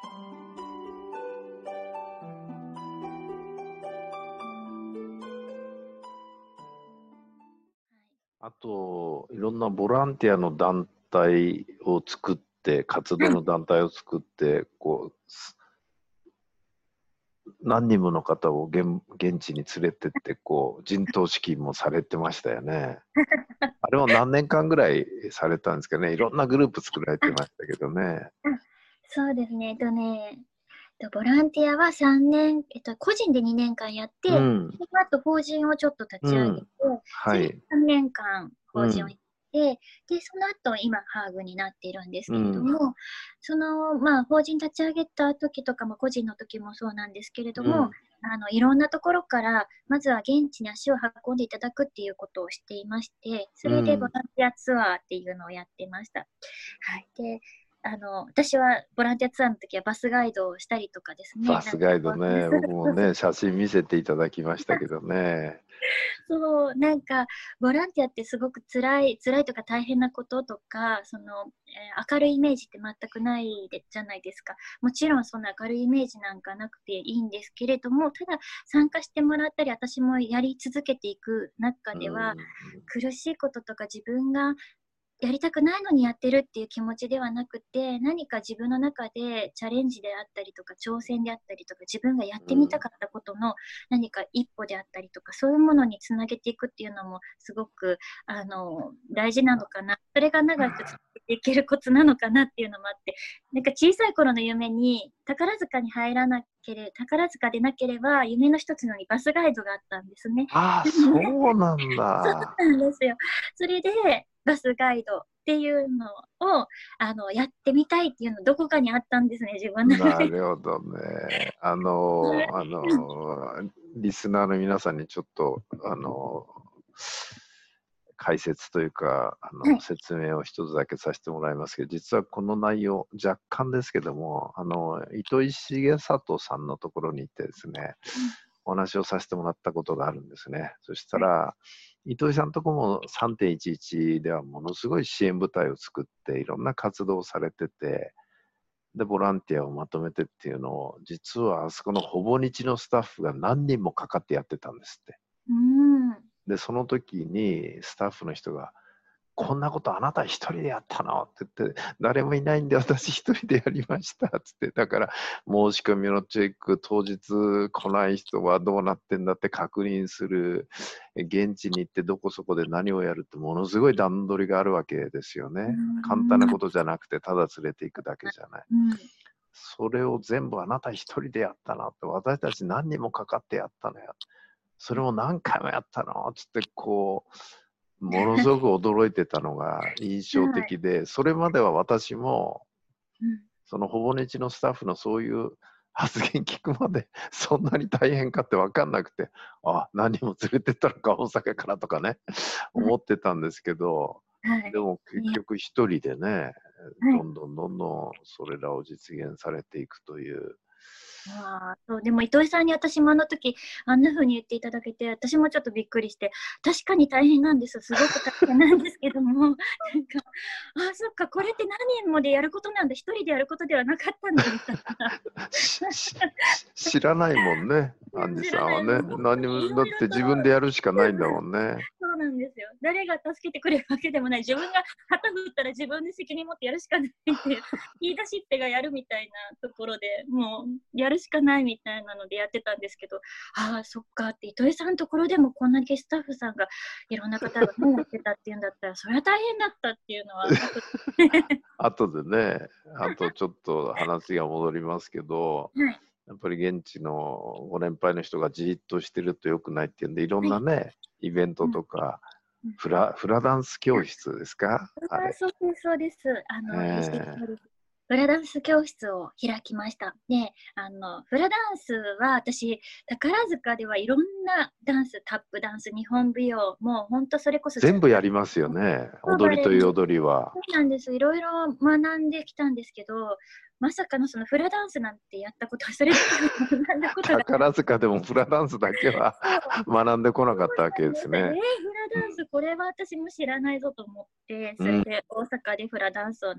あと、いろんなボランティアの団体を作って、活動の団体を作って、何人もの方を現地に連れてって、陣頭指揮もされてましたよね。あれは何年間ぐらいされたんですかね。いろんなグループ作られてましたけどね。 そうですね。ボランティアは3年、個人で2年間やって、その後法人をちょっと立ち上げて、次3年間法人をやって、で、その後今ハーグになっているんですけれども、法人立ち上げた時とかも個人の時もそうなんですけれども、いろんなところからまずは現地に足を運んでいただくっていうことをしていまして、それでボランティアツアーっていうのをやってました。はい。で、私はボランティアツアーの時はバスガイドをしたりとかですね。 バスガイドね、僕もね、写真見せていただきましたけどね。 そう、なんか、ボランティアってすごく辛いとか大変なこととか、明るいイメージって全くないじゃないですか。もちろんそんな明るいイメージなんかなくていいんですけれども、ただ参加してもらったり、私もやり続けていく中では、苦しいこととか自分がやりたくないのにやってるっていう気持ちではなくて、何か自分の中でチャレンジであったりとか挑戦であったりとか、自分がやってみたかったことの何か一歩であったりとか、そういうものにつなげていくっていうのもすごく大事なのかな。それが長く続けていけるコツなのかなっていうのもあって、なんか小さい頃の夢に宝塚に入らなければ、宝塚でなければ夢の一つのにバスガイドがあったんですね。 ああ、そうなんだ。 そうなんですよ。それでバスガイドっていうのをやってみたいっていうのどこかにあったんですね、自分の中で。 なるほどね。リスナーの皆さんにちょっと解説というか説明を一つだけさせてもらいますけど、実はこの内容若干ですけども糸井重里さんのところに行ってですね、お話をさせてもらったことがあるんですね。そしたら、糸井さんのとこも3.11ではものすごい支援部隊を作っていろんな活動をされてて、でボランティアをまとめてっていうのを、実はあそこのほぼ日のスタッフが何人もかかってやってたんですって。でその時にスタッフの人が「こんなことあなた一人でやったの？」って言って、誰もいないんで私一人でやりましたっつって、だから申し込みのチェック、当日来ない人はどうなってんだって確認する、現地に行ってどこそこで何をやるってものすごい段取りがあるわけですよね。簡単なことじゃなくてただ連れていくだけじゃない。それを全部あなた一人でやったなって、私たち何人もかかってやったのよ。それを何回もやったのつってものすごく驚いてたのが印象的で、それまでは私も、そのほぼ日のスタッフのそういう発言聞くまでそんなに大変かって分かんなくて、あ、何人も連れてったのか大阪からとかね、思ってたんですけど、でも結局一人でね、どんどんそれらを実現されていくという。 そうでも糸井さんに私もあの時あんな風に言っていただけて、私もちょっとびっくりして、確かに大変なんです、すごく大変なんですけどもなんかそっか、これって何人もでやることなんだ、一人でやることではなかったんだみたいな知らないもんね、アンジさんはね。何もだって自分でやるしかないんだもんね。 そうなんですよ。誰が助けてくれるわけでもない。自分が旗振ったら自分で責任持ってやるしかないっていう、言い出しっぺがやるみたいなところでもうやるしかないみたいなのでやってたんですけど、ああ、そっかって、糸井さんのところでもこんなにスタッフさんがいろんな方がね、やってたっていうんだったら、それは大変だったっていうのは後でね、あとちょっと話が戻りますけど、やっぱり現地のご年配の人がじーっとしてると良くないっていうんで、いろんなね、イベントとか、フラダンス教室ですか？あれ。 そうです、そうです。フラダンス教室を開きました。で、フラダンスは私、宝塚ではいろんなダンス、タップダンス、日本舞踊、もう本当それこそ全部やりますよね、踊りという踊りは。 そうなんです。いろいろ学んできたんですけど、まさかのそのフラダンスなんてやったことは、それだけ学んだことが宝塚でもフラダンスだけは学んでこなかったわけですね。 フラダンス、これは私も知らないぞと思って、それで大阪でフラダンスを習っ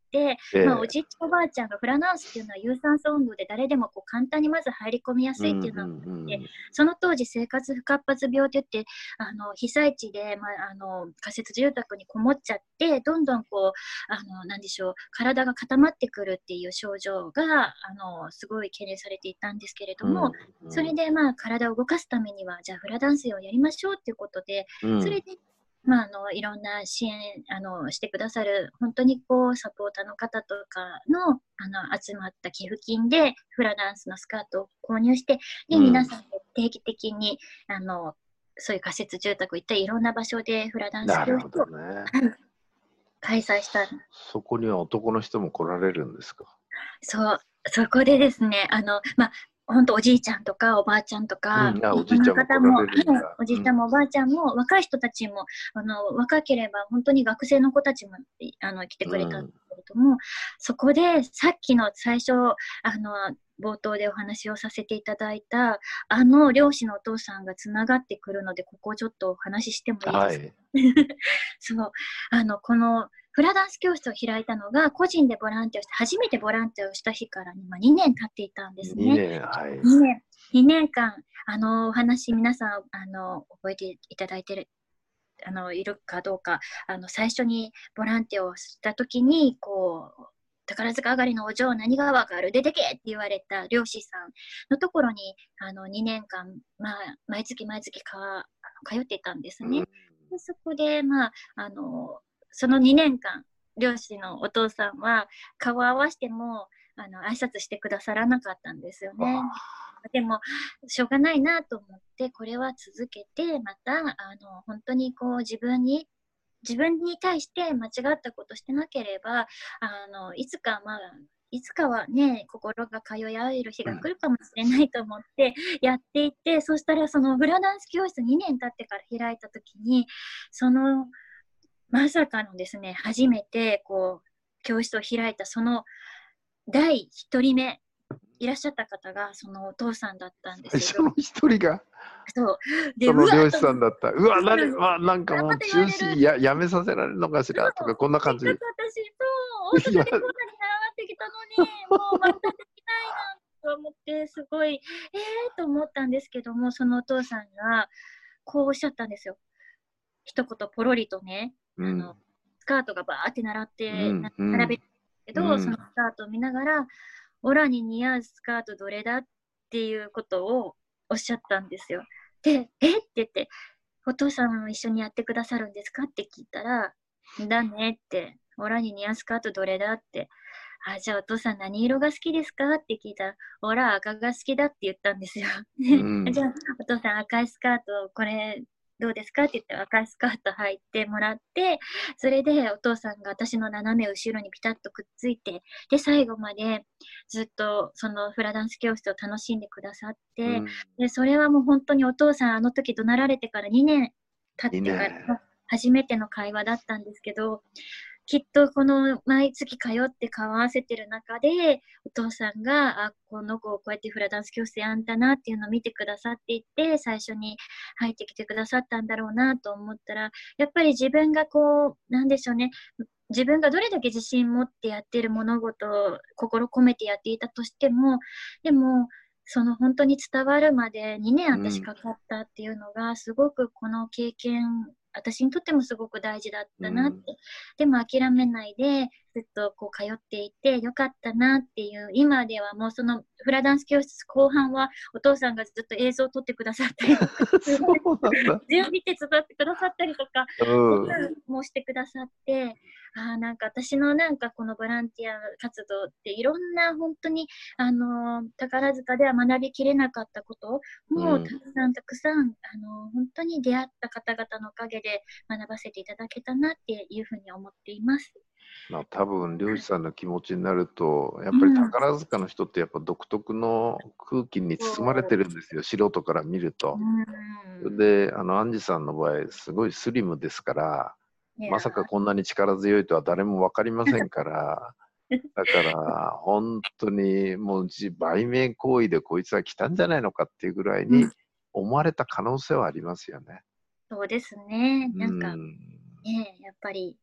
て、 ええ、 おじいちゃんおばあちゃんがフラダンスっていうのは有酸素運動で誰でもこう簡単にまず入り込みやすいっていうのがあって、その当時生活不活発病って言って被災地で、仮設住宅にこもっちゃってどんどんこうなんでしょう、体が固まってくるっていう症状がすごい懸念されていたんですけれども、それで体を動かすためにはじゃあフラダンスをやりましょうっていうことで、それでいろんな支援してくださる本当にこうサポーターの方とかの集まった寄付金でフラダンスのスカートを購入して、で皆さんで定期的にそういう仮設住宅行ったりいろんな場所でフラダンス教室を、開催した。 そこには男の人も来られるんですか？ そこでですね、本当おじいちゃんとかおばあちゃんとか、 おじいちゃんも来られるんだ。 おじいちゃんもおばあちゃんも、若い人たちも若ければ本当に学生の子たちも来てくれたんですけれども、そこでさっきの最初冒頭でお話をさせていただいた漁師のお父さんがつながってくるので、ここをちょっとお話ししてもいいですか？このフラダンス教室を開いたのが個人でボランティアをして初めてボランティアをした日から2年経っていたんですね。2年間お話皆さん覚えていただいているかどうか、最初にボランティアをした時にこう宝塚上がりのお嬢何がわかる出てけって言われた漁師さんのところに2年間、毎月通っていたんですね。でそこでその2年間漁師のお父さんは顔を合わせても挨拶してくださらなかったんですよね。でもしょうがないなと思ってこれは続けて、また本当にこう自分に対して間違ったことしてなければいつかはね心が通い合える日が来るかもしれないと思ってやっていて、そしたらそのフラダンス教室2年経ってから開いた時にまさかのですね、初めてこう教室を開いたその第1人目いらっしゃった方がそのお父さんだったんですよ。 最初の1人がでその漁師さんだった。なんかもう中止やめさせられるのかしらとかこんな感じ。 私大阪でこんなに習ってきたのにもうまたできないなと思ってすごいと思ったんですけども、そのお父さんがこうおっしゃったんですよ。一言ポロリとね、スカートがバーって並べてるけど、そのスカートを見ながらオラに似合うスカートどれだっていうことをおっしゃったんですよ。で、って言って、お父さんも一緒にやってくださるんですかって聞いたら、だねって、オラに似合うスカートどれだって、じゃあお父さん何色が好きですかって聞いたら、オラ赤が好きだって言ったんですよ。じゃあお父さん赤いスカートこれどうですかって言って赤いスカート履いてもらって、それでお父さんが私の斜め後ろにピタッとくっついて、で最後までずっとそのフラダンス教室を楽しんでくださって、でそれはもう本当にお父さんあの時怒鳴られてから2年経ってから初めての会話だったんですけど、きっとこの毎月通って顔合わせてる中でお父さんがこの子をこうやってフラダンス教室やんだなっていうのを見てくださっていて、最初に入ってきてくださったんだろうなと思ったら、やっぱり自分がこうなんでしょうね、自分がどれだけ自信持ってやってる物事を心込めてやっていたとしても、でもその本当に伝わるまで2年私かかったっていうのがすごくこの経験私にとってもすごく大事だったなって、でも諦めないでずっとこう通っていてよかったなっていう、今ではもうそのフラダンス教室後半はお父さんがずっと映像を撮ってくださったりとか準備手伝ってくださったりとか、もうしてくださって、なんか私のなんかこのボランティア活動っていろんな本当に宝塚では学びきれなかったこともたくさん本当に出会った方々のおかげで学ばせていただけたなっていうふうに思っています。 多分漁師さんの気持ちになるとやっぱり宝塚の人ってやっぱ独特の空気に包まれてるんですよ、素人から見ると。でアンジさんの場合すごいスリムですから、まさかこんなに力強いとは誰も分かりませんからだから本当にもう売名行為でこいつは来たんじゃないのかっていうぐらいに思われた可能性はありますよね。 そうですね。なんかやっぱり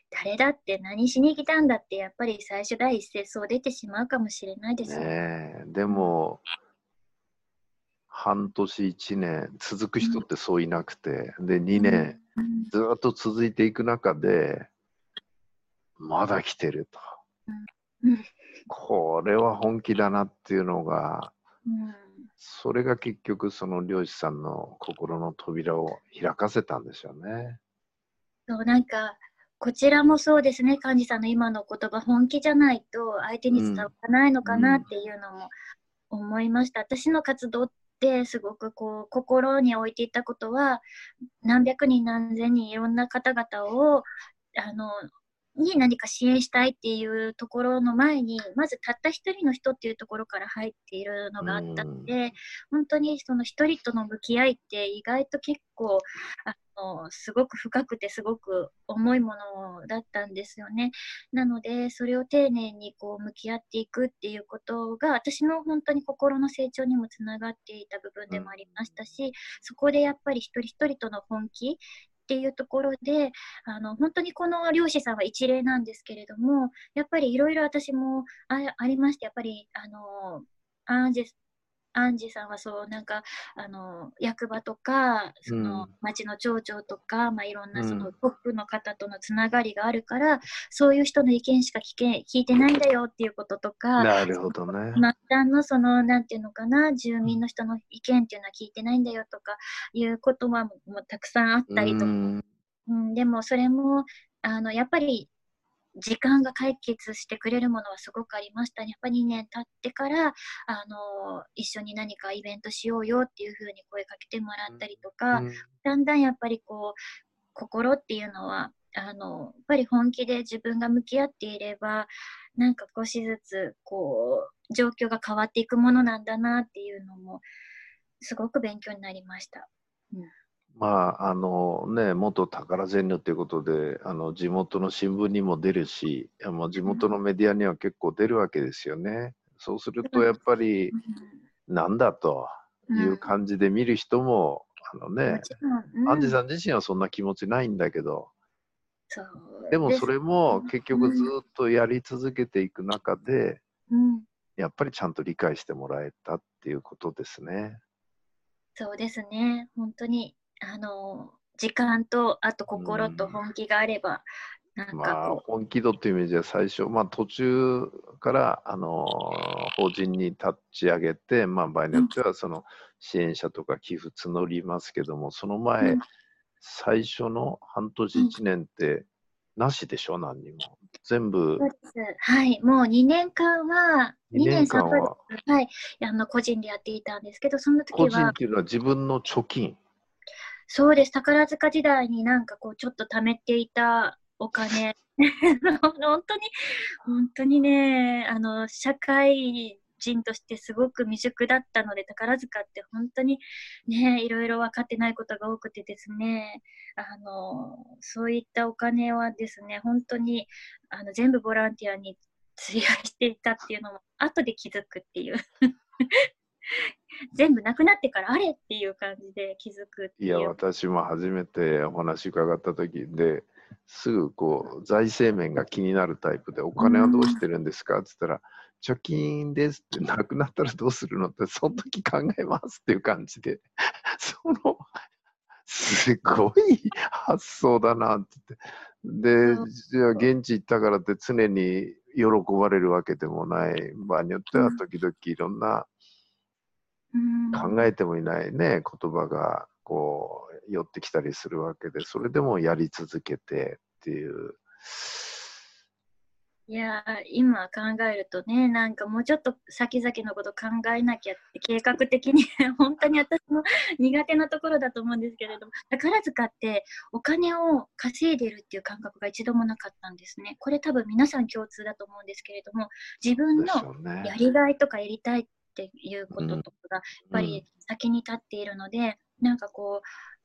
誰だって何しに来たんだってやっぱり最初第一声そう出てしまうかもしれないですね。 ねえ、でも、半年、1年続く人ってそういなくて、で、2年ずっと続いていく中で、まだ来てると。これは本気だなっていうのが、それが結局その漁師さんの心の扉を開かせたんですよね。 そうなんかこちらもそうですね、幹事さんの今の言葉、本気じゃないと相手に伝わらないのかなっていうのも思いました。私の活動ってすごくこう心に置いていたことは、何百人何千人いろんな方々をに何か支援したいっていうところの前に、まずたった一人の人っていうところから入っているのがあったので、本当にその一人との向き合いって意外と結構すごく深くてすごく重いものだったんですよね。なのでそれを丁寧にこう向き合っていくっていうことが私の本当に心の成長にもつながっていた部分でもありましたし、そこでやっぱり一人一人との本気っていうところで本当にこの漁師さんは一例なんですけれども、やっぱりいろいろ私もありまして、やっぱりアンジェアンジさんはそうなんか役場とかその町の町長とか、いろんなそのトップの方とのつながりがあるから、そういう人の意見しか聞いてないんだよっていうこととか、 なるほどね。 末端のそのなんていうのかな、住民の人の意見っていうのは聞いてないんだよとかいう言葉もたくさんあったりとか、でもそれもやっぱり時間が解決してくれるものはすごくありましたね。やっぱり2年経ってから一緒に何かイベントしようよっていう風に声かけてもらったりとか、だんだんやっぱりこう心っていうのはやっぱり本気で自分が向き合っていれば、なんか少しずつこう状況が変わっていくものなんだなっていうのもすごく勉強になりました。 元宝ゼニョということで、地元の新聞にも出るし、地元のメディアには結構出るわけですよね。そうするとやっぱり、なんだという感じで見る人も、アンジさん自身はそんな気持ちないんだけど、でもそれも結局ずっとやり続けていく中で、やっぱりちゃんと理解してもらえたっていうことですね。 そうですね。本当に時間とあと心と本気があれば、 本気度というイメージは最初、途中から法人に立ち上げて、場合によってはその支援者とか寄付募りますけども、その前、最初の半年1年ってなしでしょ、何にも。全部。 そうです。はい、もう2年間は、2年3ヶ月、はい、個人でやっていたんですけど、その時は。 個人っていうのは自分の貯金。 そうです。宝塚時代になんかこう、ちょっと貯めていたお金。本当にね、社会人としてすごく未熟だったので、宝塚って本当にね、いろいろ分かってないことが多くてですね、そういったお金はですね、本当に全部ボランティアに費やしていたっていうのも後で気づくっていう全部なくなってからあれっていう感じで気づくっていう。 いや、私も初めてお話伺った時ですぐこう財政面が気になるタイプで、お金はどうしてるんですかって言ったら、貯金ですって、なくなったらどうするのって、その時考えますっていう感じで、すごい発想だなって言って。で、じゃあ現地行ったからって常に喜ばれるわけでもない。場合によっては時々いろんな考えてもいないね、言葉がこう寄ってきたりするわけで、それでもやり続けてっていう。 いや今考えるとね、なんかもうちょっと先々のこと考えなきゃって計画的に本当に私の苦手なところだと思うんですけれども、宝塚ってお金を稼いでるっていう感覚が一度もなかったんですね。これ多分皆さん共通だと思うんですけれども、自分のやりがいとかやりたいっていうこととかがやっぱり先に立っているので、なんかこう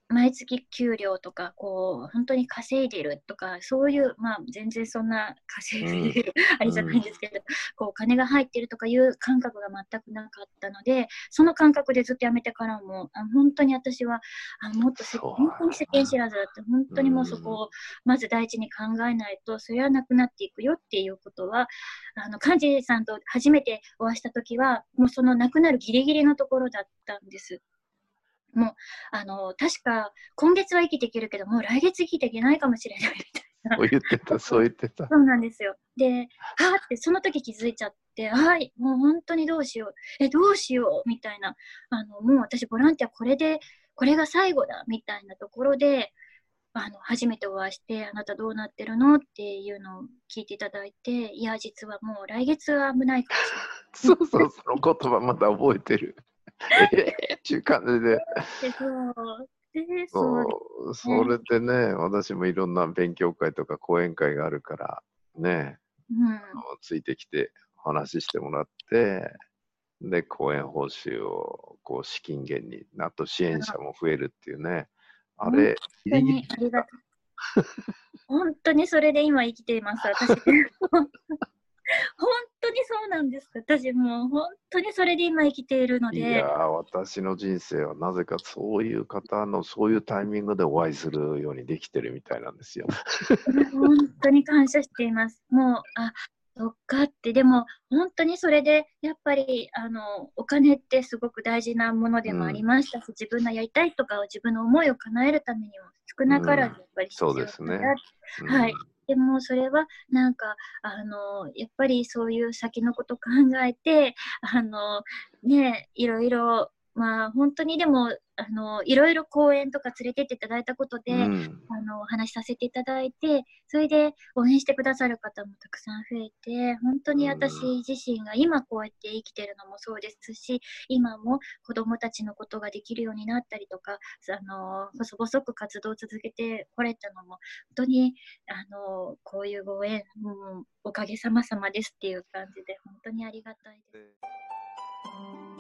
毎月給料とか、こう、本当に稼いでるとか、そういう、まあ、全然そんな稼うん。 いでるあれじゃないんですけど、こう、お金が入ってるとかいう感覚が全くなかったので、その感覚でずっと辞めてからも、本当に私は、もっとそ本当に世間知うらずだって、本やな。 当にもうそうん。 こをまず第一に考えないと、それはなくなっていくよっていうことは、幹事さんと初めてお会いした時は、もうその亡くなるギリギリのところだったんです。もう、確か、今月は生きていけるけど、もう来月生きていけないかもしれないみたいなそう言ってた、 ことを。 そう言ってた。 そうなんですよ。で、はって、その時気づいちゃって、はい、もう本当にどうしよう。どうしようみたいな。もう私ボランティアこれが最後だみたいなところで、初めてお会いして、あなたどうなってるのっていうのを聞いていただいて、いや、実はもう来月は危ないかもしれない。 そうそう、その言葉まだ覚えてる。っていう感じで。 そう。で、そうでそう、 すね。 それでね、私もいろんな勉強会とか講演会があるから、ね、 うん。 ついてきて話してもらって、で、講演報酬をこう資金源に、あと支援者も増えるっていうね、あ本れ、ギ当リギリにありがとう。本当にそれで今生きています、私。本当にそうなんです。私もう本当にそれで今生きているので、 いやー、私の人生はなぜかそういう方のそういうタイミングでお会いするようにできてるみたいなんですよ。 本当に感謝しています。もう、そっかって、でも本当にそれで、やっぱり、お金ってすごく大事なものでもありうん、 ましたし、自分のやりたいとか自分の思いを叶えるためにも少なからずうん、 やっぱりそう必要なんだ。 ですね。うはい。 ん、 でもそれはなんか、やっぱりそういう先のこと考えて、いろいろ、まあ本当にでも、いろいろ講演とか連れてっていただいたことうで、 ん、 お話しさせていただいて、それで応援してくださる方もたくさん増えて、本当にうん、 私自身が今こうやって生きてるのもそうですし、今も子供たちのことができるようになったりとか、細々く活動を続けてこれたのも、本当に、こういうご縁、おかげさまですっていう感じで、本当にありがたいです。